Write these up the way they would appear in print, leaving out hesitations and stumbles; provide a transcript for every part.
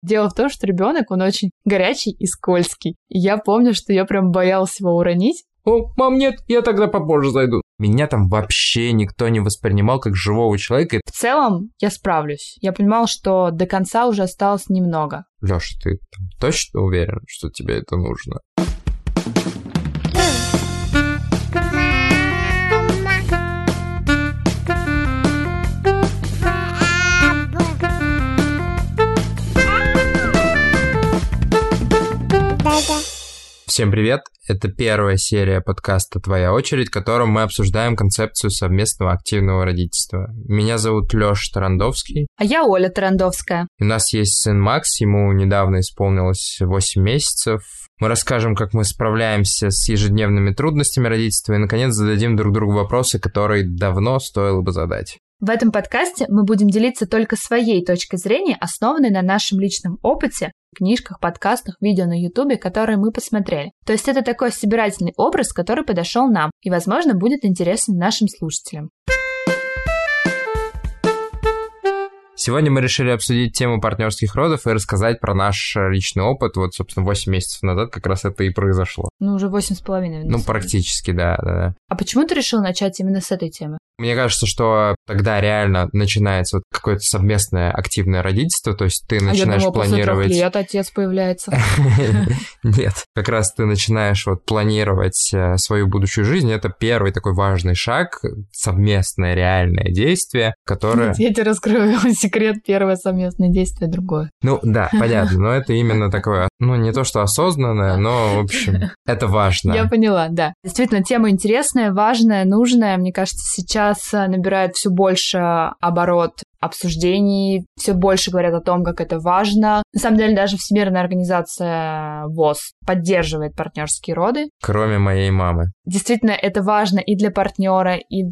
Дело в том, что ребенок, он очень горячий и скользкий. И я помню, что я прям боялась его уронить. О, мам, нет, я тогда попозже зайду. Меня там вообще никто не воспринимал как живого человека. В целом, я справлюсь. Я понимала, что до конца уже осталось немного. Лёша, ты точно уверен, что тебе это нужно? Всем привет! Это первая серия подкаста «Твоя очередь», в котором мы обсуждаем концепцию совместного активного родительства. Меня зовут Лёша Тарандовский. А я Оля Тарандовская. У нас есть сын Макс, ему недавно исполнилось 8 месяцев. Мы расскажем, как мы справляемся с ежедневными трудностями родительства и, наконец, зададим друг другу вопросы, которые давно стоило бы задать. В этом подкасте мы будем делиться только своей точкой зрения, основанной на нашем личном опыте, книжках, подкастах, видео на Ютубе, которые мы посмотрели. То есть это такой собирательный образ, который подошел нам и, возможно, будет интересен нашим слушателям. Сегодня мы решили обсудить тему партнерских родов и рассказать про наш личный опыт. Вот, собственно, 8 месяцев назад как раз это и произошло. Ну, уже 8,5. Ну, практически, да. А почему ты решил начать именно с этой темы? Мне кажется, что тогда реально начинается вот какое-то совместное активное родительство, то есть ты начинаешь планировать... После 3 лет отец появляется. Нет, как раз ты начинаешь вот планировать свою будущую жизнь, это первый такой важный шаг, совместное реальное действие, которое... Я тебе раскрою секрет, первое совместное действие другое. Ну да, понятно, но это именно такое, ну не то что осознанное, но в общем это важно. Я поняла, да. Действительно, тема интересная, важная, нужная, мне кажется, сейчас набирает все больше оборот обсуждений, все больше говорят о том, как это важно. На самом деле, даже Всемирная организация ВОЗ поддерживает партнерские роды. Кроме моей мамы. Действительно, это важно и для партнера, и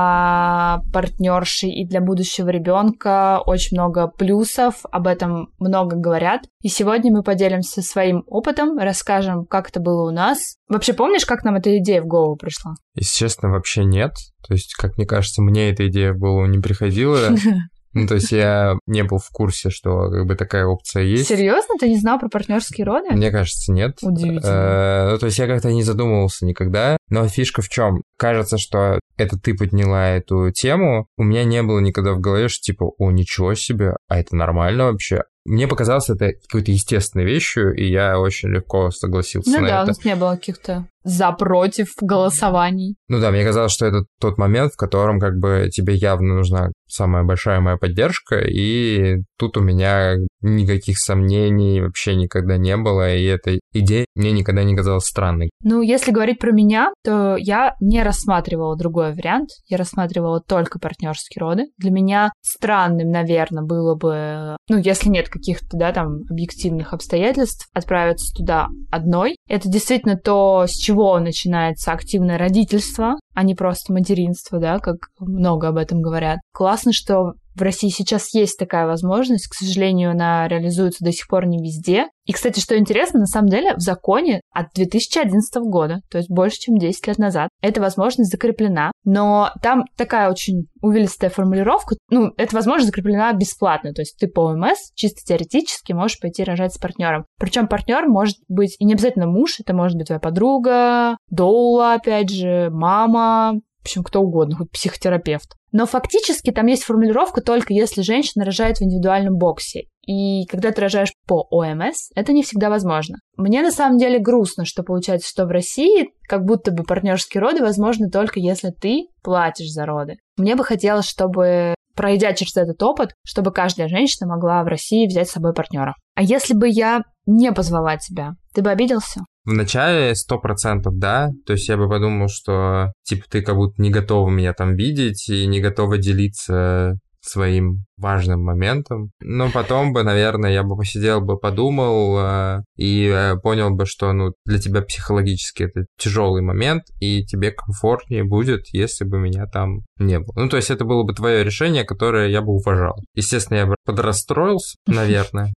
для партнерши, и для будущего ребенка. Очень много плюсов, об этом много говорят. И сегодня мы поделимся своим опытом, расскажем, как это было у нас. Вообще, помнишь, как нам эта идея в голову пришла? Если честно, вообще нет. То есть, как мне кажется, мне эта идея в голову не приходила. Ну, то есть я не был в курсе, что как бы такая опция есть. Серьезно? Ты не знал про партнерские роды? Мне кажется, нет. Удивительно. Ну, то есть я как-то не задумывался никогда. Но фишка в чем? Кажется, что это ты подняла эту тему. У меня не было никогда в голове, что типа, о, ничего себе, а это нормально вообще. Мне показалось это какой-то естественной вещью, и я очень легко согласился на это. Ну да, у нас не было каких-то за-против голосований. Ну да, мне казалось, что это тот момент, в котором как бы тебе явно нужна самая большая моя поддержка, и тут у меня никаких сомнений вообще никогда не было, и эта идея мне никогда не казалась странной. Ну, если говорить про меня, то я не рассматривала другой вариант, я рассматривала только партнерские роды. Для меня странным, наверное, было бы, ну, если нет каких-то, да, там, объективных обстоятельств, отправиться туда одной. Это действительно то, с чего начинается активное родительство, а не просто материнство, да, как много об этом говорят. Классно, что в России сейчас есть такая возможность, к сожалению, она реализуется до сих пор не везде. И, кстати, что интересно, на самом деле в законе от 2011 года, то есть больше, чем 10 лет назад, эта возможность закреплена, но там такая очень увеличенная формулировка, ну, эта возможность закреплена бесплатно, то есть ты по ОМС чисто теоретически можешь пойти рожать с партнером. Причем партнер может быть и не обязательно муж, это может быть твоя подруга, доула, опять же, мама, в общем, кто угодно, хоть психотерапевт. Но фактически там есть формулировка только если женщина рожает в индивидуальном боксе. И когда ты рожаешь по ОМС, это не всегда возможно. Мне на самом деле грустно, что получается, что в России как будто бы партнерские роды возможны только если ты платишь за роды. Мне бы хотелось, чтобы, пройдя через этот опыт, чтобы каждая женщина могла в России взять с собой партнера. А если бы я не позвала тебя, ты бы обиделся? Вначале 100% да, то есть я бы подумал, что типа ты как будто не готова меня там видеть и не готова делиться своим важным моментом. Но потом бы, наверное, я бы посидел бы, подумал и понял бы, что для тебя психологически это тяжелый момент, и тебе комфортнее будет, если бы меня там не было. Ну, то есть это было бы твое решение, которое я бы уважал. Естественно, я бы подрастроился, наверное,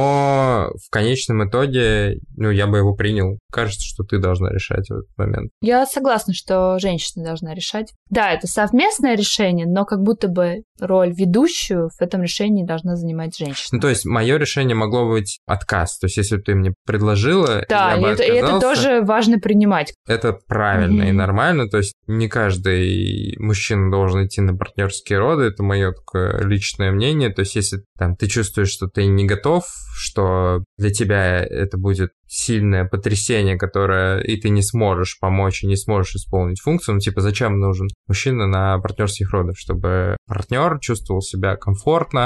но в конечном итоге, я бы его принял. Кажется, что ты должна решать в этот момент. Я согласна, что женщина должна решать. Да, это совместное решение, но как будто бы роль ведущую в этом решении должна занимать женщина. Ну, то есть мое решение могло быть отказ. То есть если бы ты мне предложила, да, я бы отказался. Это тоже важно принимать. Это правильно и нормально. То есть не каждый мужчина должен идти на партнерские роды. Это мое такое личное мнение. То есть если там ты чувствуешь, что ты не готов, что для тебя это будет сильное потрясение, которое и ты не сможешь помочь и не сможешь исполнить функцию, ну, типа, зачем нужен мужчина на партнерских родах? Чтобы партнер чувствовал себя комфортно,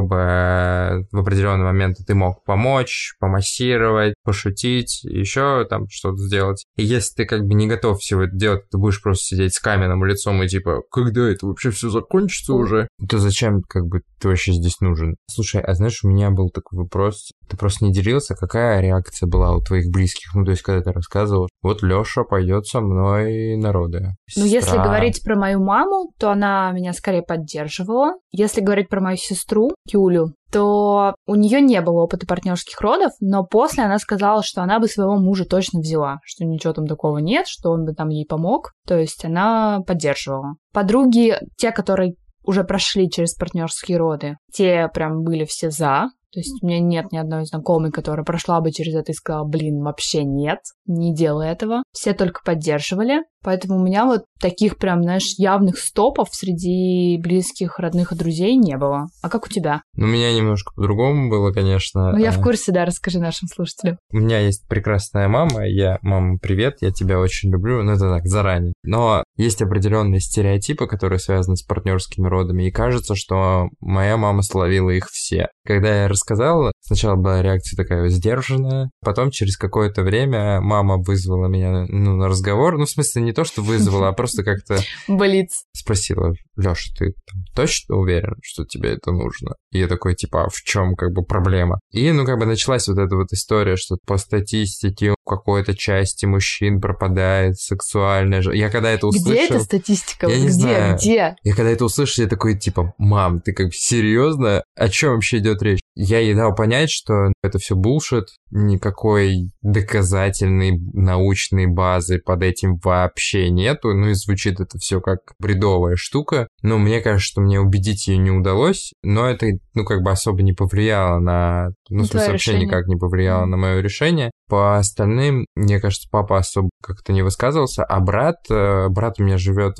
чтобы в определенный момент ты мог помочь, помассировать, пошутить, еще там что-то сделать. И если ты как бы не готов всего это делать, ты будешь просто сидеть с каменным лицом и типа, когда это вообще все закончится уже? То зачем как бы ты вообще здесь нужен? Слушай, а знаешь, у меня был такой вопрос. Ты просто не делился, какая реакция была у твоих близких? Ну, то есть, когда ты рассказывал, вот Лёша пойдет со мной на роды. Ну, если говорить про мою маму, то она меня скорее поддерживала. Если говорить про мою сестру, Юлю, то у нее не было опыта партнерских родов, но после она сказала, что она бы своего мужа точно взяла, что ничего там такого нет, что он бы там ей помог. То есть она поддерживала. Подруги, те, которые уже прошли через партнерские роды, те прям были все за. То есть у меня нет ни одной знакомой, которая прошла бы через это и сказала, блин, вообще нет, не делай этого. Все только поддерживали. Поэтому у меня вот таких прям, знаешь, явных стопов среди близких, родных и друзей не было. А как у тебя? Ну, у меня немножко по-другому было, конечно. Ну, я в курсе, да, расскажи нашим слушателям. У меня есть прекрасная мама, мама, привет, я тебя очень люблю, ну, это так, заранее. Но есть определенные стереотипы, которые связаны с партнерскими родами, и кажется, что моя мама словила их все. Когда я рассказал, сначала была реакция такая сдержанная, потом через какое-то время мама вызвала меня, на разговор, ну, в смысле, не то, что вызвала, а просто как-то Блиц. Спросила, Лёша, ты точно уверен, что тебе это нужно? И я такой, типа, а в чем как бы проблема? И, началась вот эта вот история, что по статистике у какой-то части мужчин пропадает сексуальная... Я когда это услышал... Где эта статистика? Я не знаю. Где? Я когда это услышал, я такой, типа, мам, ты как бы серьезно? О чем вообще идет речь? Я ей дал понять, что это все булшит, никакой доказательной научной базы под этим вообще нету, и звучит это все как бредовая штука, но мне кажется, что мне убедить ее не удалось, но это, особо не повлияло на... в смысле, вообще никак не повлияло на мое решение. По остальным, мне кажется, папа особо как-то не высказывался, а брат у меня живет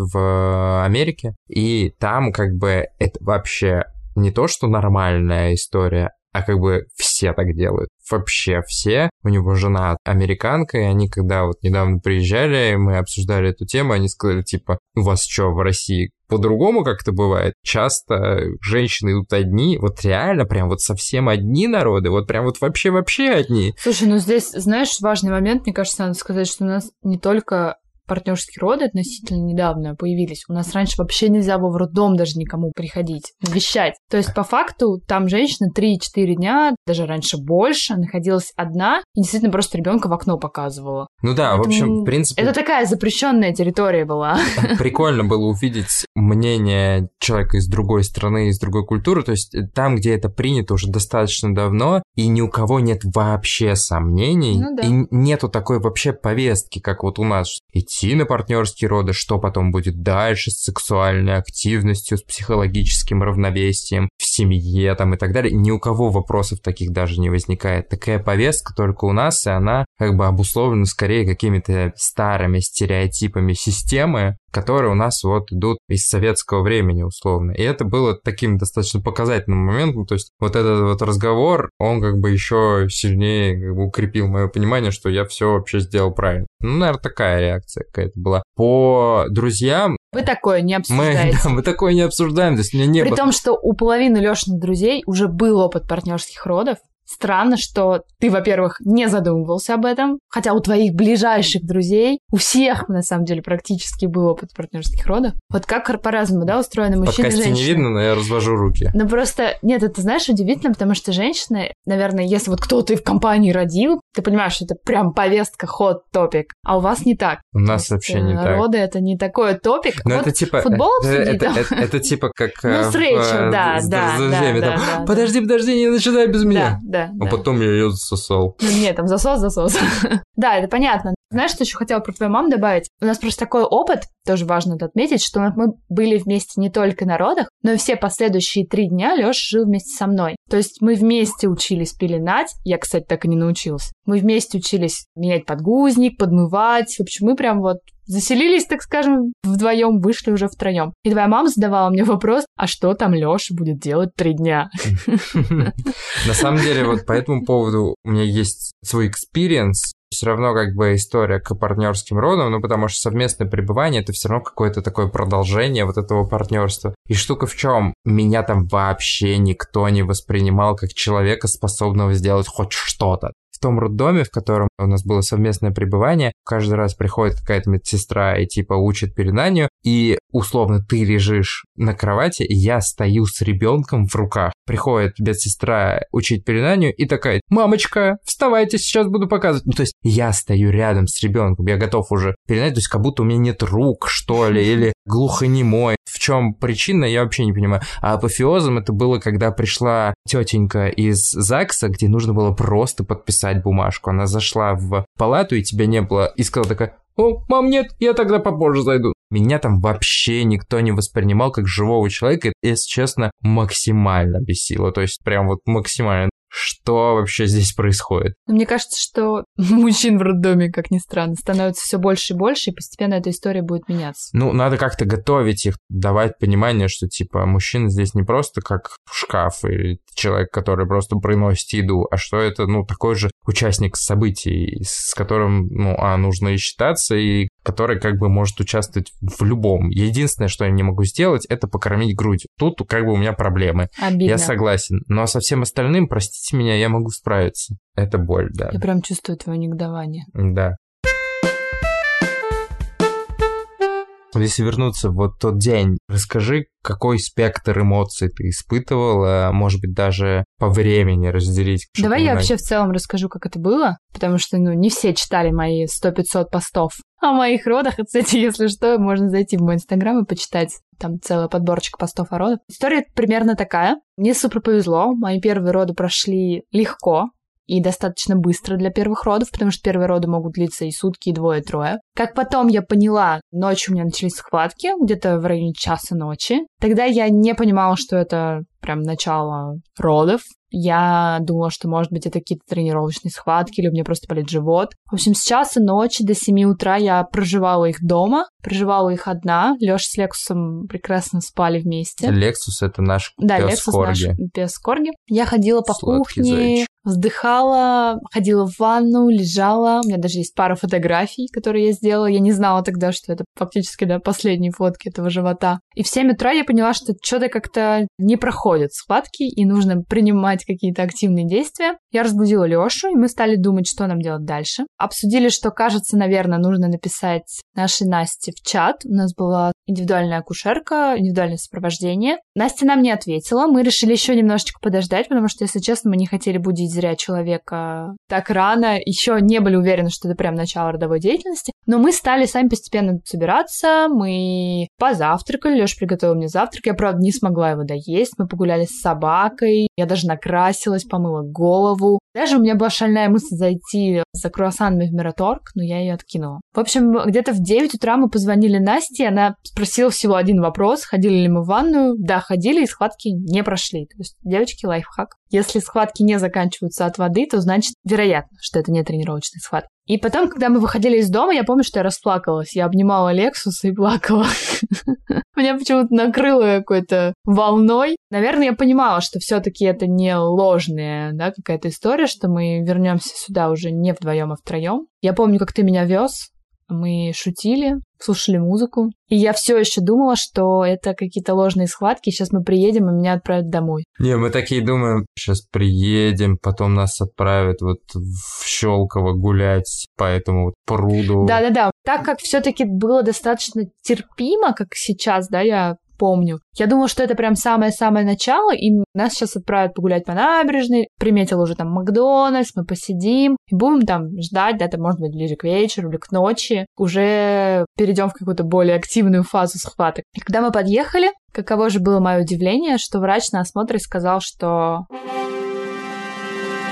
в Америке, и там это вообще не то, что нормальная история, а все так делают. Вообще все. У него жена американка, и они, когда недавно приезжали, мы обсуждали эту тему, они сказали, типа, у вас что, в России по-другому как-то бывает? Часто женщины идут одни, реально прям совсем одни народы, прям вообще одни. Слушай, здесь, знаешь, важный момент, мне кажется, надо сказать, что у нас не только партнерские роды относительно недавно появились. У нас раньше вообще нельзя было в роддом даже никому приходить, навещать. То есть, по факту, там женщина 3-4 дня, даже раньше больше, находилась одна и действительно просто ребенка в окно показывала. Ну да, поэтому, в общем, в принципе... Это такая запрещенная территория была. Прикольно было увидеть мнение человека из другой страны, из другой культуры. То есть, там, где это принято уже достаточно давно, и ни у кого нет вообще сомнений, и нету такой вообще повестки, как у нас, идти на партнерские роды, что потом будет дальше с сексуальной активностью, с психологическим равновесием в семье и так далее. Ни у кого вопросов таких даже не возникает. Такая повестка только у нас, и она обусловлена скорее какими-то старыми стереотипами системы, которые у нас идут из советского времени, условно. И это было таким достаточно показательным моментом. То есть этот разговор, он еще сильнее укрепил мое понимание, что я все вообще сделал правильно. Наверное, такая реакция какая-то была. По друзьям... Вы такое не обсуждаете. Мы такое не обсуждаем. То есть меня не было... При том, что у половины Лёшиных друзей уже был опыт партнерских родов. Странно, что ты, во-первых, не задумывался об этом, хотя у твоих ближайших друзей, у всех, на самом деле, практически был опыт партнерских родов. Как по-разному, устроены мужчины и женщины. В подкасте не видно, но я развожу руки. Просто, нет, это, знаешь, удивительно, потому что женщины, наверное, если кто-то в компании родил, ты понимаешь, что это прям повестка, hot-топик, а у вас не так. У нас вообще не так. Роды — это не такой топик. Но это типа... Футбол обсудить. Это типа как... Ну, с Рэйчел, да. Подожди, не начинай без меня. Да. А потом я ее засосал. Нет, там засос. Да, это понятно. Знаешь, что еще хотела про твою маму добавить? У нас просто такой опыт, тоже важно это отметить, что мы были вместе не только на родах, но и все последующие 3 дня Лёша жил вместе со мной. То есть мы вместе учились пеленать, я, кстати, так и не научилась. Мы вместе учились менять подгузник, подмывать. В общем, мы прям вот заселились, так скажем, вдвоем, вышли уже втроем. И твоя мама задавала мне вопрос, а что там Лёша будет делать 3 дня? На самом деле, вот по этому поводу у меня есть свой экспириенс. Все равно как бы история к партнерским родам, ну потому что совместное пребывание — это все равно какое-то такое продолжение вот этого партнерства. И штука в чем? Меня там вообще никто не воспринимал как человека, способного сделать хоть что-то. В том роддоме, в котором у нас было совместное пребывание, каждый раз приходит какая-то медсестра и типа учит пеленанию, и условно ты лежишь на кровати, и я стою с ребенком в руках. Приходит медсестра учить пеленанию и такая: «Мамочка, вставайте, сейчас буду показывать». Ну, то есть я стою рядом с ребенком, я готов уже пеленать, то есть как будто у меня нет рук, что ли, или глухонемой. В чем причина, я вообще не понимаю. А апофеозом это было, когда пришла тетенька из ЗАГСа, где нужно было просто подписать бумажку. Она зашла в палату, и тебя не было, и сказала такая: «О, мам, нет, я тогда попозже зайду». Меня там вообще никто не воспринимал как живого человека, и, если честно, максимально бесило. То есть прям вот максимально. Что вообще здесь происходит? Мне кажется, что мужчин в роддоме, как ни странно, становится все больше и больше, и постепенно эта история будет меняться. Ну, надо как-то готовить их, давать понимание, что, типа, мужчина здесь не просто как шкаф или человек, который просто приносит еду, а что это, ну, такой же участник событий, с которым, ну, нужно и считаться, и который как бы может участвовать в любом. Единственное, что я не могу сделать, это покормить грудью. Тут как бы у меня проблемы. Обидно. Я согласен. Но со всем остальным, простите меня, я могу справиться. Это боль, да. Я прям чувствую твое негодование. Да. Если вернуться в вот тот день, расскажи, какой спектр эмоций ты испытывала, может быть, даже по времени разделить. Давай я вообще в целом расскажу, как это было, потому что, не все читали мои 100-500 постов о моих родах. И, кстати, если что, можно зайти в мой инстаграм и почитать. Там целая подборочка постов о родах. История примерно такая. Мне супер повезло. Мои первые роды прошли легко и достаточно быстро для первых родов, потому что первые роды могут длиться и сутки, и 2-3. Как потом я поняла, ночью у меня начались схватки, где-то в районе часа ночи. Тогда я не понимала, что это прям начало родов. Я думала, что, может быть, это какие-то тренировочные схватки, или у меня просто болит живот. В общем, с часа ночи до 7 утра я проживала их дома, проживала их одна. Лёша с Лексусом прекрасно спали вместе. Лексус — это наш пес Корги. Да, наш пес Корги. Я ходила по Сладкий кухне, зайчик. вздыхала, ходила в ванну, лежала. У меня даже есть пара фотографий, которые я сделала. Я не знала тогда, что это фактически, последние фотки этого живота. И в 7 утра я поняла, что что-то как-то не проходят схватки, и нужно принимать какие-то активные действия. Я разбудила Лёшу, и мы стали думать, что нам делать дальше. Обсудили, что, кажется, наверное, нужно написать нашей Насте в чат. У нас была индивидуальная акушерка, индивидуальное сопровождение. Настя нам не ответила. Мы решили еще немножечко подождать, потому что, если честно, мы не хотели будить зря человека так рано. Еще не были уверены, что это прям начало родовой деятельности. Но мы стали сами постепенно собираться. Мы позавтракали. Лёша приготовил мне завтрак. Я, правда, не смогла его доесть. Мы погуляли с собакой. Я даже накрасилась, помыла голову. Даже у меня была шальная мысль зайти за круассанами в Мираторг, но я ее откинула. В общем, где-то в 9 утра мы позвонили Насте, она спросила всего один вопрос: ходили ли мы в ванную. Да, ходили, и схватки не прошли. То есть, девочки, лайфхак. Если схватки не заканчиваются от воды, то значит, вероятно, что это не тренировочный схват. И потом, когда мы выходили из дома, я помню, что я расплакалась. Я обнимала Лексуса и плакала. Меня почему-то накрыло какой-то волной. Наверное, я понимала, что все-таки это не ложная, какая-то история, что мы вернемся сюда уже не вдвоем, а втроем. Я помню, как ты меня вез. Мы шутили, слушали музыку. И я все еще думала, что это какие-то ложные схватки. Сейчас мы приедем, и меня отправят домой. Не, мы такие думаем, сейчас приедем, потом нас отправят вот в Щелково гулять по этому вот пруду. Да-да-да. Так как все-таки было достаточно терпимо, как сейчас, я помню. Я думала, что это прям самое-самое начало, и нас сейчас отправят погулять по набережной. Приметила уже там Макдональдс, мы посидим, и будем там ждать, там, может быть, ближе к вечеру или к ночи. Уже перейдем в какую-то более активную фазу схваток. И когда мы подъехали, каково же было мое удивление, что врач на осмотре сказал, что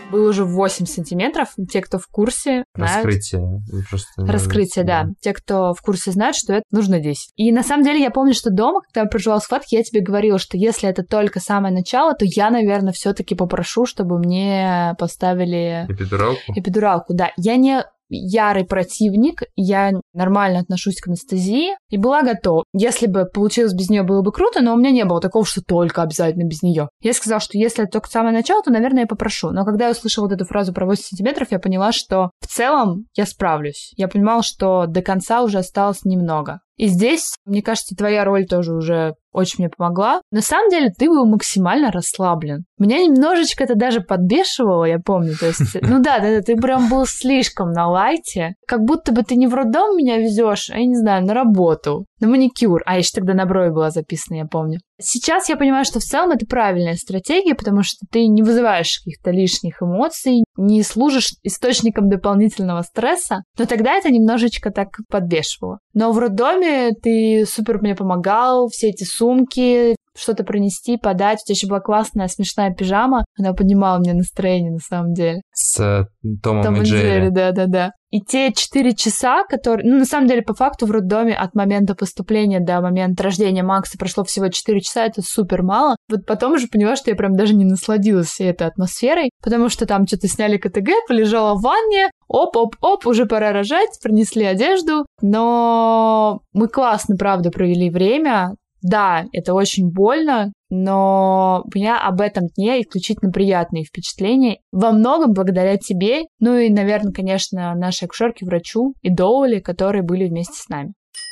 был уже 8 сантиметров. Те, кто в курсе, знают. Раскрытие, да. Те, кто в курсе, знают, что это нужно 10. И на самом деле я помню, что дома, когда я проживала схватки, я тебе говорила, что если это только самое начало, то я, наверное, все-таки попрошу, чтобы мне поставили... Эпидуралку, да. Я не ярый противник, я нормально отношусь к анестезии и была готова. Если бы получилось без нее, было бы круто, но у меня не было такого, что только обязательно без нее. Я сказала, что если это только самое начало, то, наверное, я попрошу. Но когда я услышала вот эту фразу про 8 сантиметров, я поняла, что в целом я справлюсь. Я понимала, что до конца уже осталось немного. И здесь, мне кажется, твоя роль тоже уже очень мне помогла. На самом деле, ты был максимально расслаблен. Меня немножечко это даже подбешивало, я помню. То есть, ты прям был слишком на лайте. Как будто бы ты не в роддом меня везешь, а, я не знаю, на работу, на маникюр. А еще тогда на брови была записана, я помню. Сейчас я понимаю, что в целом это правильная стратегия, потому что ты не вызываешь каких-то лишних эмоций, не служишь источником дополнительного стресса, но тогда это немножечко так подбешивало. Но в роддоме ты супер мне помогал, все эти сумки, что-то принести, подать. У тебя еще была классная, смешная пижама. Она поднимала мне настроение, на самом деле. С Томом и Джерри. Да. И те 4 часа, которые... на самом деле, по факту в роддоме от момента поступления до момента рождения Макса прошло всего 4 часа, это супер мало. Вот потом уже поняла, что я прям даже не насладилась всей этой атмосферой, потому что там что-то сняли КТГ, полежала в ванне, оп, уже пора рожать, принесли одежду. Но мы классно, правда, провели время. Да, это очень больно, но у меня об этом дне исключительно приятные впечатления. Во многом благодаря тебе, ну и, наверное, конечно, нашей акушерке, врачу и Доули, которые были вместе с нами.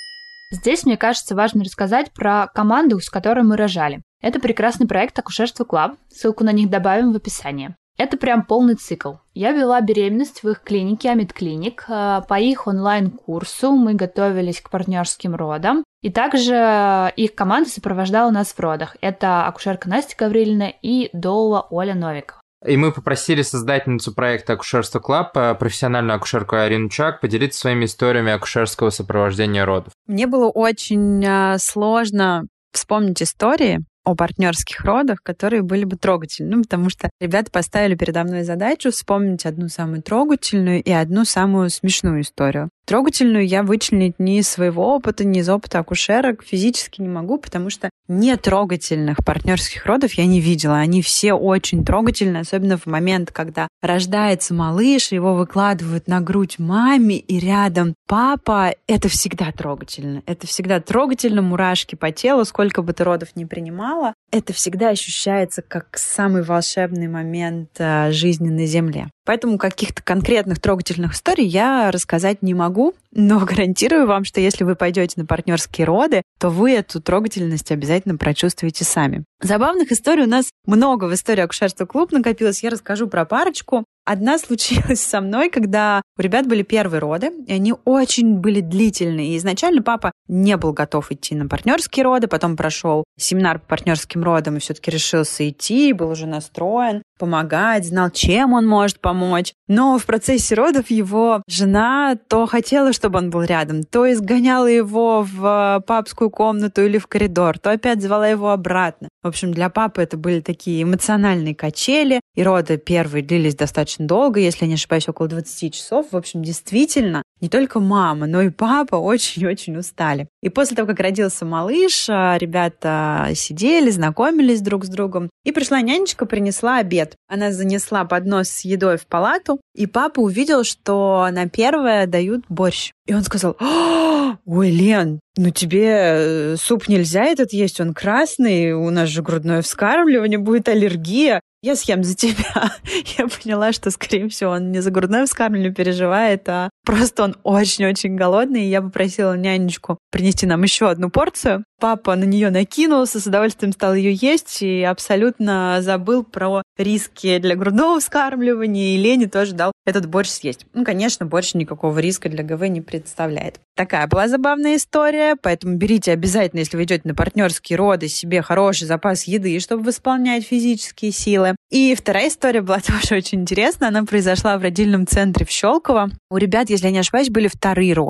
Здесь, мне кажется, важно рассказать про команду, с которой мы рожали. Это прекрасный проект «Акушерство Клаб», ссылку на них добавим в описании. Это прям полный цикл. Я вела беременность в их клинике Амид Клиник. По их онлайн-курсу мы готовились к партнерским родам. И также их команда сопровождала нас в родах. Это акушерка Настя Гаврилина и доула Оля Новикова. И мы попросили создательницу проекта «Акушерство Клаб», профессиональную акушерку Арину Чак, поделиться своими историями акушерского сопровождения родов. Мне было очень сложно вспомнить истории о партнерских родах, которые были бы трогательны, потому что ребята поставили передо мной задачу вспомнить одну самую трогательную и одну самую смешную историю. Трогательную я вычленить ни из своего опыта, ни из опыта акушерок физически не могу, потому что нетрогательных партнерских родов я не видела. Они все очень трогательные, особенно в момент, когда рождается малыш, его выкладывают на грудь маме, и рядом папа. Это всегда трогательно. Это всегда трогательно, мурашки по телу, сколько бы ты родов ни принимала. Это всегда ощущается как самый волшебный момент жизни на Земле. Поэтому каких-то конкретных трогательных историй я рассказать не могу, но гарантирую вам, что если вы пойдете на партнерские роды, то вы эту трогательность обязательно прочувствуете сами. Забавных историй у нас много в истории акушерства клуб накопилось. Я расскажу про парочку. Одна случилась со мной, когда у ребят были первые роды, и они очень были длительные. И изначально папа не был готов идти на партнерские роды, потом прошел семинар по партнерским родам и все-таки решился идти, был уже настроен помогать, знал, чем он может помочь. Но в процессе родов его жена то хотела, чтобы он был рядом, то изгоняла его в папскую комнату или в коридор, то опять звала его обратно. В общем, для папы это были такие эмоциональные качели, и роды первые длились достаточно долго, если я не ошибаюсь, около 20 часов. В общем, действительно, не только мама, но и папа очень-очень устали. И после того, как родился малыш, ребята сидели, знакомились друг с другом, и пришла нянечка, принесла обед. Она занесла поднос с едой в палату, и папа увидел, что на первое дают борщ. И он сказал: «Ой, Лен, ну тебе суп нельзя этот есть, он красный, у нас же грудное вскармливание, будет аллергия. Я съем за тебя». Я поняла, что, скорее всего, он не за грудное вскармливание переживает, а просто он очень-очень голодный. И я попросила нянечку принести нам еще одну порцию. Папа на нее накинулся, с удовольствием стал ее есть и абсолютно забыл про риски для грудного вскармливания. И Лене тоже дал этот борщ съесть. Ну, конечно, борщ никакого риска для ГВ не представляет. Такая была забавная история, поэтому берите обязательно, если вы идете на партнерские роды, себе хороший запас еды, чтобы восполнять физические силы. И вторая история была тоже очень интересная. Она произошла в родильном центре в Щелково. У ребят, если я не ошибаюсь, были вторые роды.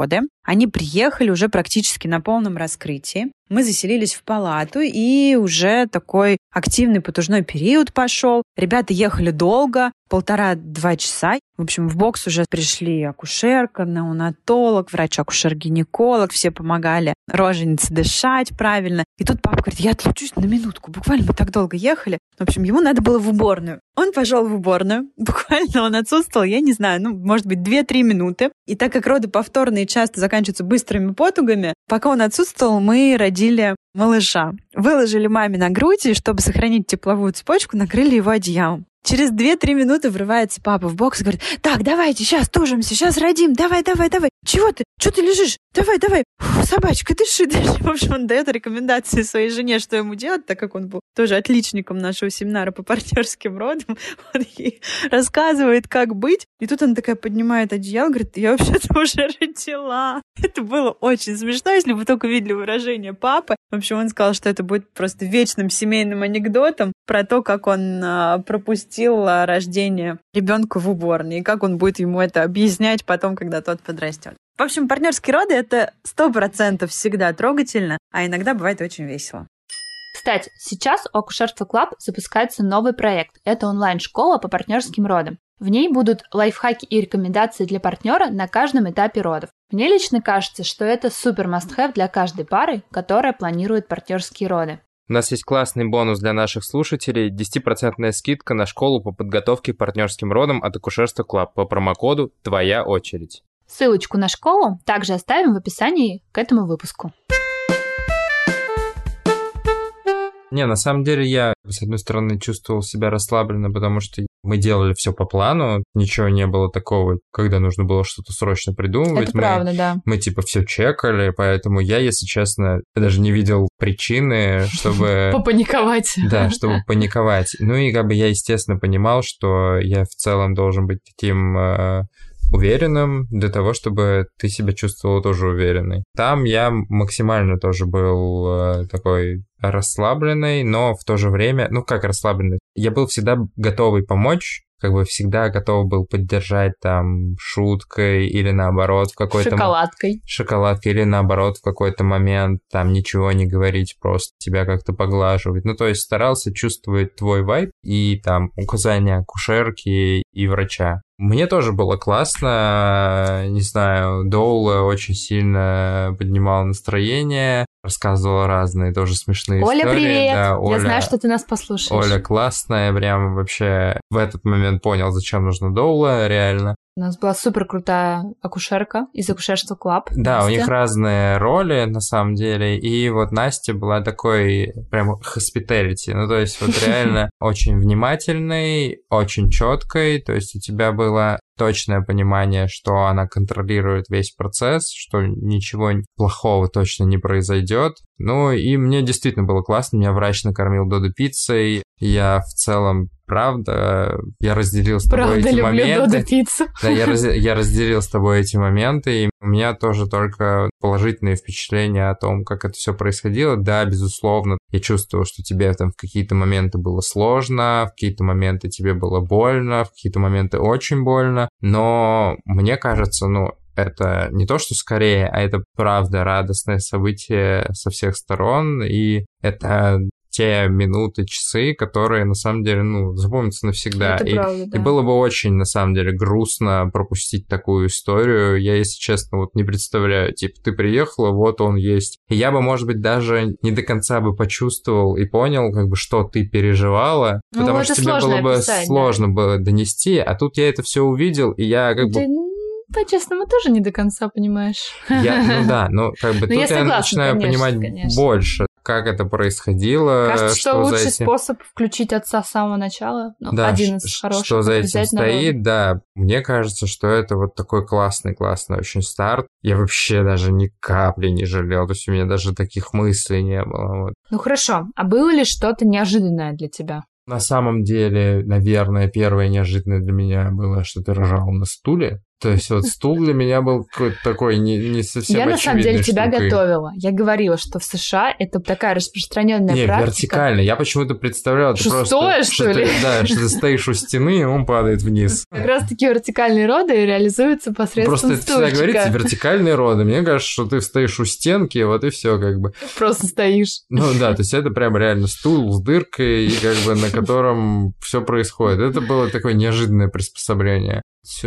Они приехали уже практически на полном раскрытии. Мы заселились в палату, и уже такой активный потужной период пошел. Ребята ехали долго, 1,5-2 часа. В общем, в бокс уже пришли акушерка, неонатолог, врач-акушер-гинеколог, все помогали роженице дышать правильно. И тут папа говорит, я отлучусь на минутку, буквально мы так долго ехали. В общем, ему надо было в уборную. Он пошел в уборную, буквально он отсутствовал, я не знаю, может быть, 2-3 минуты. И так как роды повторные часто заканчиваются быстрыми потугами, пока он отсутствовал, мы родили малыша. Выложили маме на грудь, и чтобы сохранить тепловую цепочку, накрыли его одеялом. Через 2-3 минуты врывается папа в бокс и говорит, так, давайте, сейчас тужимся, сейчас родим, давай. Чего ты? Чего ты лежишь? Давай. Фу, собачка, дыши. В общем, он дает рекомендации своей жене, что ему делать, так как он был тоже отличником нашего семинара по партнерским родам. Он ей рассказывает, как быть. И тут она такая поднимает одеяло, говорит, я вообще-то уже родила. Это было очень смешно, если бы вы только видели выражение папы. В общем, он сказал, что это будет просто вечным семейным анекдотом про то, как он пропустил рождение ребенка в уборной, и как он будет ему это объяснять потом, когда тот подрастет. В общем, партнерские роды — это 100% всегда трогательно, а иногда бывает очень весело. Кстати, сейчас у Акушерство Клаб запускается новый проект. Это онлайн-школа по партнерским родам. В ней будут лайфхаки и рекомендации для партнера на каждом этапе родов. Мне лично кажется, что это супер must-have для каждой пары, которая планирует партнерские роды. У нас есть классный бонус для наших слушателей – 10% скидка на школу по подготовке к партнерским родам от Акушерство Клаб по промокоду «Твоя очередь». Ссылочку на школу также оставим в описании к этому выпуску. Не, на самом деле я, с одной стороны, чувствовал себя расслабленно, потому что мы делали все по плану, ничего не было такого, когда нужно было что-то срочно придумывать. Это правда, да. Мы типа все чекали, поэтому я, если честно, даже не видел причины, чтобы... Попаниковать. Да, чтобы паниковать. Ну и как бы я, естественно, понимал, что я в целом должен быть таким... уверенным для того, чтобы ты себя чувствовал тоже уверенной. Там я максимально тоже был такой расслабленный, но в то же время, как расслабленный, я был всегда готовый помочь, как бы всегда готов был поддержать там шуткой или наоборот в какой-то... Шоколадкой или наоборот в какой-то момент там ничего не говорить, просто тебя как-то поглаживать. То есть старался чувствовать твой вайб и там указания акушерки и врача. Мне тоже было классно, не знаю, Доула очень сильно поднимала настроение, рассказывала разные тоже смешные истории. Оля, привет! Да, Оля, я знаю, что ты нас послушаешь. Оля классная, прям вообще в этот момент понял, зачем нужна Доула, реально. У нас была супер крутая акушерка из Акушерства Клаб. Да, Настя. У них разные роли, на самом деле, и вот Настя была такой прям hospitality, то есть вот реально очень внимательной, очень четкой, то есть у тебя было точное понимание, что она контролирует весь процесс, что ничего плохого точно не произойдет. И мне действительно было классно, меня врач накормил Додо пиццей, я в целом правда, я разделил с тобой эти моменты. Правда, люблю Додо пиццу. Да, я разделил с тобой эти моменты, и у меня тоже только положительные впечатления о том, как это все происходило. Да, безусловно, я чувствовал, что тебе там в какие-то моменты было сложно, в какие-то моменты тебе было больно, в какие-то моменты очень больно, но мне кажется, это не то, что скорее, а это правда радостное событие со всех сторон, и это те минуты, часы, которые, на самом деле, запомнятся навсегда. Это правда, да. И было бы очень, на самом деле, грустно пропустить такую историю. Я, если честно, не представляю. Ты приехала, вот он есть. И я бы, может быть, даже не до конца бы почувствовал и понял, что ты переживала, потому что тебе было бы сложно было донести, а тут я это все увидел, и я по-честному, тоже не до конца понимаешь. Тут я начинаю понимать больше, как это происходило. Кажется, что лучший способ включить отца с самого начала. Один из хороших. Что за этим стоит, да. Мне кажется, что это вот такой классный очень старт. Я вообще даже ни капли не жалел. То есть у меня даже таких мыслей не было. Хорошо. А было ли что-то неожиданное для тебя? На самом деле, наверное, первое неожиданное для меня было, что ты рожала на стуле. То есть вот стул для меня был какой-то такой не совсем Я на самом деле тебя штукой. готовила. Я говорила, что в США это такая распространенная практика. Вертикально. Я почему-то представлял, это Шестое, просто... что ли? Да, что ты стоишь у стены, и он падает вниз. Как раз таки вертикальные роды реализуются посредством Просто это всегда стульчика. говорится, вертикальные роды. Мне кажется, что ты стоишь у стенки, вот и все как бы. Просто стоишь. Ну да, то есть это прям реально стул с дыркой, и как бы на котором все происходит. Это было такое неожиданное приспособление.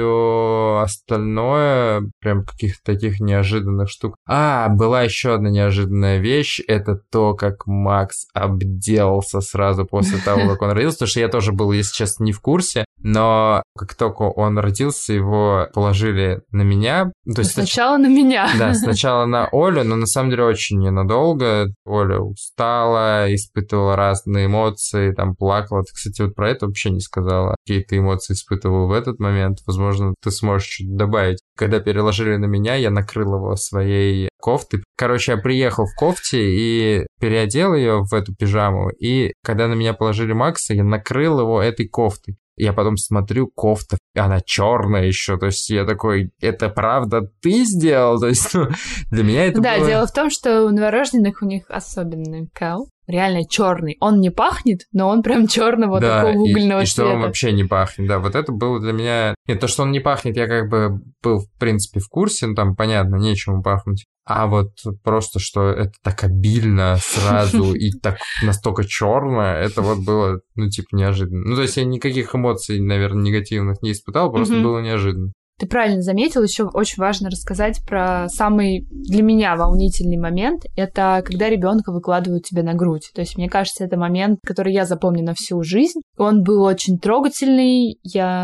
Все остальное, прям каких-то таких неожиданных штук. Была еще одна неожиданная вещь. Это то, как Макс обделался сразу после того, как он родился. Потому что я тоже был, если честно, не в курсе. Но как только он родился, его положили на меня. То есть сначала на меня. Да, сначала на Олю, но на самом деле очень ненадолго. Оля устала, испытывала разные эмоции, там плакала. Ты, кстати, вот про это вообще не сказала. Какие ты эмоции испытывал в этот момент? Возможно, ты сможешь что-то добавить. Когда переложили на меня, я накрыл его своей кофтой. Короче, я приехал в кофте и переодел ее в эту пижаму. И когда на меня положили Макса, я накрыл его этой кофтой. Я потом смотрю, кофта, она черная еще, то есть я такой, это правда ты сделал? То есть для меня это было... Да, дело в том, что у новорожденных у них особенный кал. Реально черный. Он не пахнет, но он прям черного такого угольного и цвета. что он вообще не пахнет. Да, вот это было для меня... Нет, то, что он не пахнет, я как бы был, в принципе, в курсе, ну там, понятно, нечему пахнуть. А вот просто, что это так обильно сразу и так настолько черное, это вот было, ну, типа, неожиданно. Ну, то есть я никаких эмоций, наверное, негативных не испытал, просто было неожиданно. Ты правильно заметил, еще очень важно рассказать про самый для меня волнительный момент. Это когда ребенка выкладывают тебе на грудь. То есть, мне кажется, это момент, который я запомню на всю жизнь. Он был очень трогательный,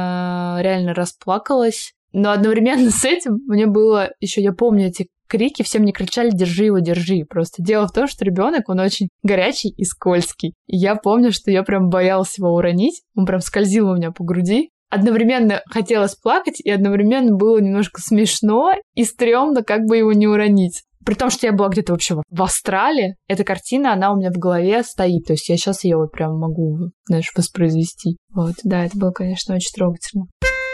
я реально расплакалась. Но одновременно с этим мне было еще, я помню эти крики, все мне кричали «держи его, держи». Просто дело в том, что ребенок, он очень горячий и скользкий. И я помню, что я прям боялась его уронить. Он прям скользил у меня по груди. Одновременно хотелось плакать, и одновременно было немножко смешно и стрёмно, как бы его не уронить. При том, что я была где-то вообще в Австралии, эта картина, она у меня в голове стоит. То есть я сейчас ее вот прям могу, знаешь, воспроизвести. Вот, да, это было, конечно, очень трогательно.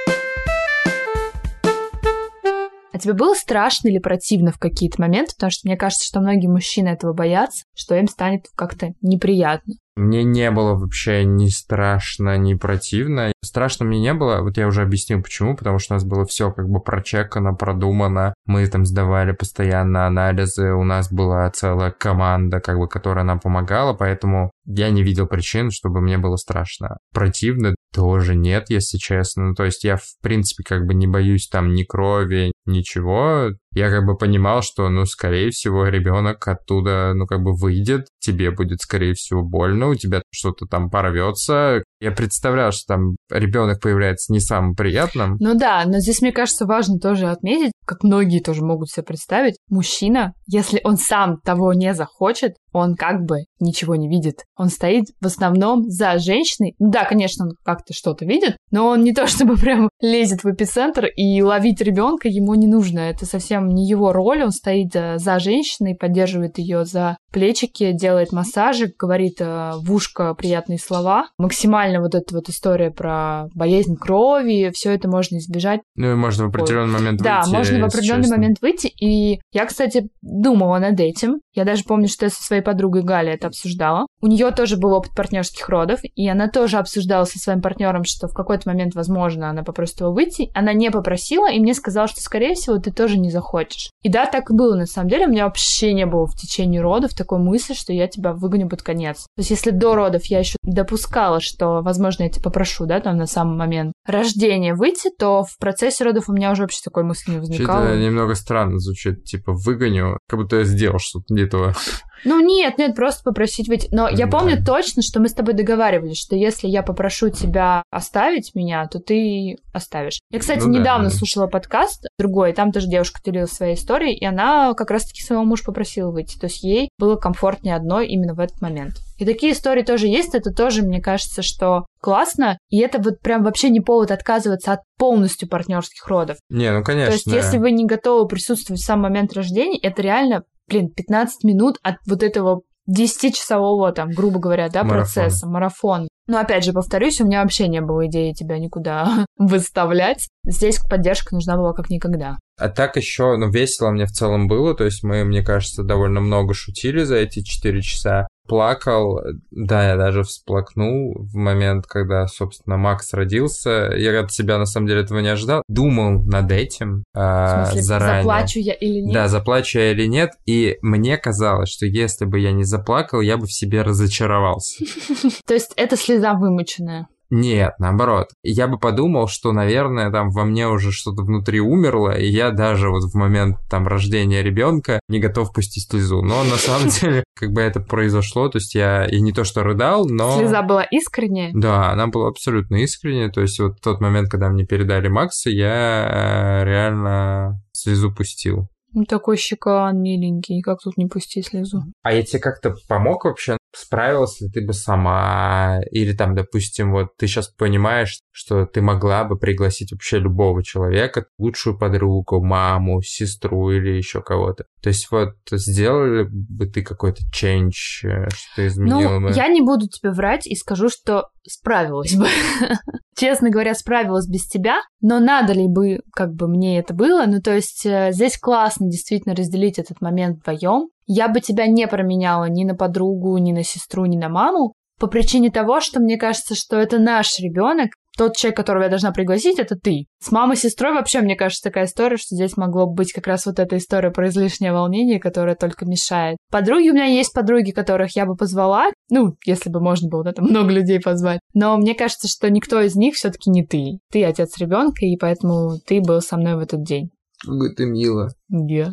А тебе было страшно или противно в какие-то моменты? Потому что мне кажется, что многие мужчины этого боятся, что им станет как-то неприятно. Мне не было вообще ни страшно, ни противно. Страшно мне не было, вот я уже объяснил почему, потому что у нас было все как бы прочекано, продумано. Мы там сдавали постоянно анализы, у нас была целая команда, как бы, которая нам помогала, поэтому я не видел причин, чтобы мне было страшно. Противно тоже нет, если честно. Ну, то есть я, в принципе, как бы не боюсь там ни крови, ничего. Я как бы понимал, что, ну, скорее всего, ребенок оттуда, ну, как бы выйдет, тебе будет, скорее всего, больно, у тебя что-то там порвется. Я представлял, что там ребенок появляется не самым приятным. Ну да, но здесь, мне кажется, важно тоже отметить, как многие тоже могут себе представить, мужчина, если он сам того не захочет, он как бы ничего не видит. Он стоит в основном за женщиной. Ну да, конечно, он как-то что-то видит, но он не то чтобы прям лезет в эпицентр, и ловить ребенка ему не нужно. Это совсем не его роль. Он стоит за женщиной, поддерживает ее за плечики, делает массажик, говорит в ушко приятные слова. Максимально вот эта вот история про боязнь крови, все это можно избежать. Ну и можно в определенный момент выйти. Да, можно в определенный момент выйти. И я, кстати, думала над этим. Я даже помню, что я со своей подругой Галей это обсуждала. У нее тоже был опыт партнерских родов, и она тоже обсуждала со своим партнером, что в какой-то момент, возможно, она попросит его выйти. Она не попросила, и мне сказала, что, скорее всего, ты тоже не захочешь. И да, так и было на самом деле. У меня вообще не было в течение родов такой мысли, что я тебя выгоню под конец. То есть если до родов я еще допускала, что, возможно, я тебя попрошу, да, там на самый момент рождения выйти, то в процессе родов у меня уже вообще такой мысли не возникало. Это немного странно звучит, типа выгоню, как будто я сделал что-то не то. Ну нет, просто попросить выйти. Но я помню точно, что мы с тобой договаривались, что если я попрошу тебя оставить меня, то ты оставишь. Я, кстати, недавно слушала подкаст другой, там тоже девушка делилась своей историей, и она как раз-таки своего мужа попросила выйти. То есть ей было комфортнее одной именно в этот момент. И такие истории тоже есть, это тоже, мне кажется, что классно, и это вот прям вообще не повод отказываться от полностью партнерских родов. Не, ну конечно. То есть если вы не готовы присутствовать в сам момент рождения, это реально 15 минут от вот этого 10-часового, там, грубо говоря, да, процесса, марафон. Но опять же, повторюсь, у меня вообще не было идеи тебя никуда выставлять. Здесь поддержка нужна была как никогда. А так еще, весело мне в целом было, то есть мы, мне кажется, довольно много шутили за эти 4 часа. Плакал, да, я даже всплакнул в момент, когда, собственно, Макс родился. Я от себя, на самом деле, этого не ожидал. Думал над этим В смысле, заранее. Заплачу я или нет? Да, заплачу я или нет. И мне казалось, что если бы я не заплакал, я бы в себе разочаровался. То есть это слеза вымученная? Нет, наоборот. Я бы подумал, что, наверное, там во мне уже что-то внутри умерло, и я даже вот в момент там рождения ребенка не готов пустить слезу. Но на самом деле, как бы это произошло, то есть я и не то что рыдал, но... Слеза была искренняя? Да, она была абсолютно искренняя. То есть вот в тот момент, когда мне передали Макса, я реально слезу пустил. Такой щекан миленький, как тут не пустить слезу? А я тебе как-то помог вообще? Справилась ли ты бы сама? Или там, допустим, вот ты сейчас понимаешь, что ты могла бы пригласить вообще любого человека, лучшую подругу, маму, сестру или еще кого-то. То есть вот сделали бы ты какой-то change, что изменило бы? Я не буду тебе врать и скажу, что справилась бы. Честно говоря, справилась без тебя, но надо ли бы, как бы мне это было? То есть здесь классно действительно разделить этот момент вдвоем. Я бы тебя не променяла ни на подругу, ни на сестру, ни на маму, по причине того, что мне кажется, что это наш ребенок. Тот человек, которого я должна пригласить, это ты. С мамой и сестрой вообще, мне кажется, такая история, что здесь могло быть как раз вот эта история про излишнее волнение, которое только мешает. Подруги, у меня есть подруги, которых я бы позвала, если бы можно было много людей позвать. Но мне кажется, что никто из них все-таки не ты. Ты отец ребенка, и поэтому ты был со мной в этот день. Какой ты мило. Yeah.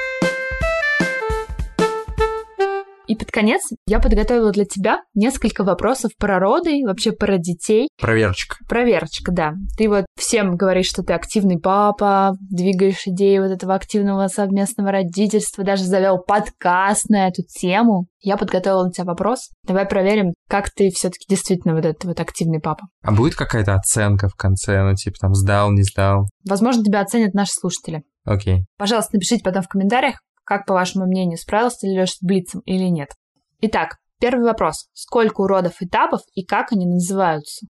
И под конец я подготовила для тебя несколько вопросов про роды, вообще про детей. Проверочка. Проверочка, да. Ты вот всем говоришь, что ты активный папа, двигаешь идеи вот этого активного совместного родительства, даже завел подкаст на эту тему. Я подготовила для тебя вопрос. Давай проверим, как ты все-таки действительно вот этот вот активный папа. А будет какая-то оценка в конце, сдал, не сдал? Возможно, тебя оценят наши слушатели. Окей. Пожалуйста, напишите потом в комментариях, как, по вашему мнению, справился ли Лёша с блицем или нет. Итак, первый вопрос. Сколько у родов этапов и как они называются?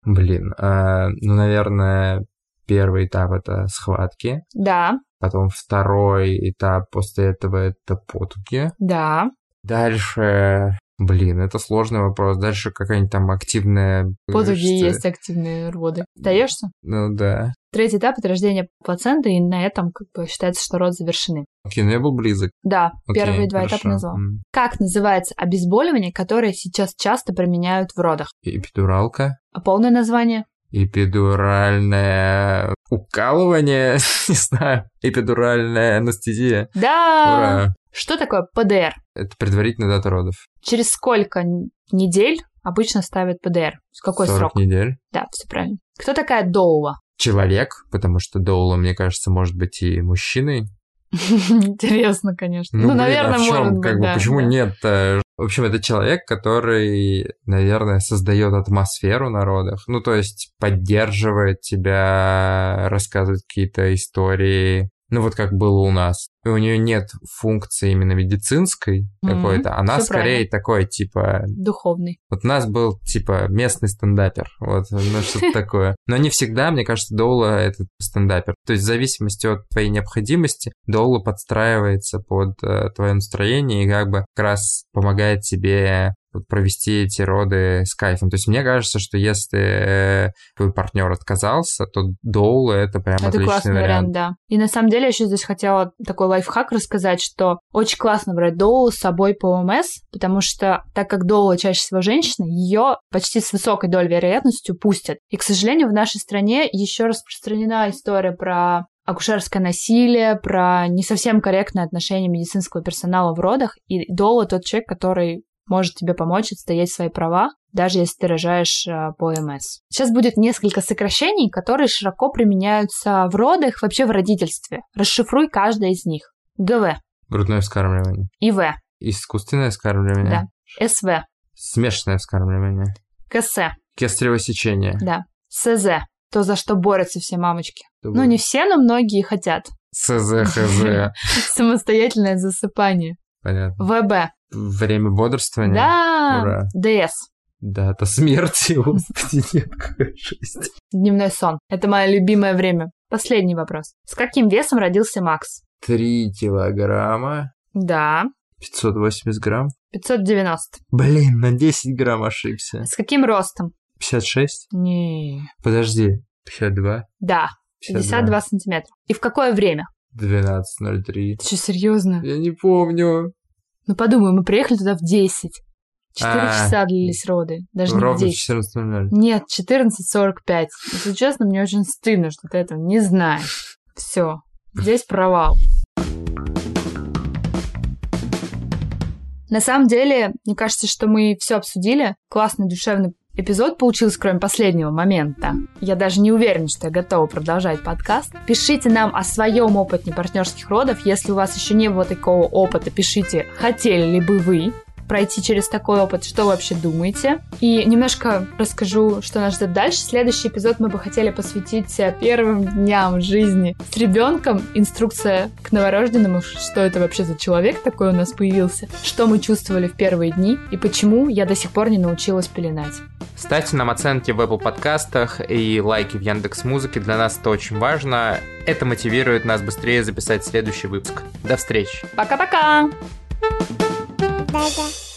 Наверное, первый этап — это схватки. Да. Потом второй этап после этого — это потуги. Да. Дальше... это сложный вопрос. Дальше какая-нибудь там активная... Потуги есть активные роды. Сдаешься? Да. Третий этап — это рождение плаценты, и на этом считается, что роды завершены. Окей, я был близок. Да, окей, первые два этапа назвал. Как называется обезболивание, которое сейчас часто применяют в родах? Эпидуралка. А полное название? Эпидуральное укалывание, не знаю, эпидуральная анестезия. Да! Ура! Что такое ПДР? Это предварительная дата родов. Через сколько недель обычно ставят ПДР? С какой 40 срок? недель. Да, все правильно. Кто такая доула? Человек, потому что доула, мне кажется, может быть и мужчиной. Интересно, конечно. Наверное, может быть, да. Почему нет? В общем, это человек, который, наверное, создает атмосферу на родах. То есть поддерживает тебя, рассказывает какие-то истории. Как было у нас. И у нее нет функции именно медицинской какой-то. Она всё скорее правильно. такой, Духовный. Вот у нас был, местный стендапер. Что-то такое. Но не всегда, мне кажется, доула — это стендапер. То есть в зависимости от твоей необходимости доула подстраивается под твое настроение и как раз помогает тебе провести эти роды с кайфом. То есть мне кажется, что если твой партнер отказался, то доула — это прям отличный классный вариант, да. И на самом деле я еще здесь хотела такой лайфхак рассказать, что очень классно брать доулу с собой по ОМС, потому что так как доула чаще всего женщина, ее почти с высокой долей вероятностью пустят. И, к сожалению, в нашей стране еще распространена история про акушерское насилие, про не совсем корректное отношение медицинского персонала в родах, и доула тот человек, который может тебе помочь отстоять свои права, даже если ты рожаешь по ОМС. Сейчас будет несколько сокращений, которые широко применяются в родах, вообще в родительстве. Расшифруй каждое из них. ГВ. Грудное вскармливание. ИВ. Искусственное вскармливание. Да. СВ. Смешанное вскармливание. КС. Кесарево сечение. Да. СЗ. То, за что борются все мамочки. Не все, но многие хотят. СЗ. Самостоятельное засыпание. Понятно. ВБ. Время бодрствования. Да. Ура. ДС. Дата смерти, господи, нет, какая жесть. Дневной сон. Это мое любимое время. Последний вопрос. С каким весом родился Макс? 3 килограмма. Да. 580 грамм. 590. Блин, на 10 грамм ошибся. С каким ростом? 56? Не. Подожди, 52? Да. 52 сантиметра. И в какое время? 12:03. Ты что, серьезно? Я не помню. Ну подумай, мы приехали туда в 10. 4 А. часа длились роды. Даже не в Ровно 10. 14:00. Нет, 14:45. Если честно, мне очень стыдно, что ты этого не знаешь. Все. Здесь провал. На самом деле, мне кажется, что мы все обсудили. Классный, душевный эпизод получился, кроме последнего момента. Я даже не уверена, что я готова продолжать подкаст. Пишите нам о своем опыте партнерских родов. Если у вас еще не было такого опыта, пишите, хотели ли бы вы пройти через такой опыт, что вы вообще думаете. И немножко расскажу, что нас ждет дальше. Следующий эпизод мы бы хотели посвятить первым дням жизни с ребенком. Инструкция к новорожденному, что это вообще за человек такой у нас появился, что мы чувствовали в первые дни и почему я до сих пор не научилась пеленать. Ставьте нам оценки в Apple подкастах и лайки в Яндекс.Музыке. Для нас это очень важно. Это мотивирует нас быстрее записать следующий выпуск. До встречи. Пока-пока! Да-да.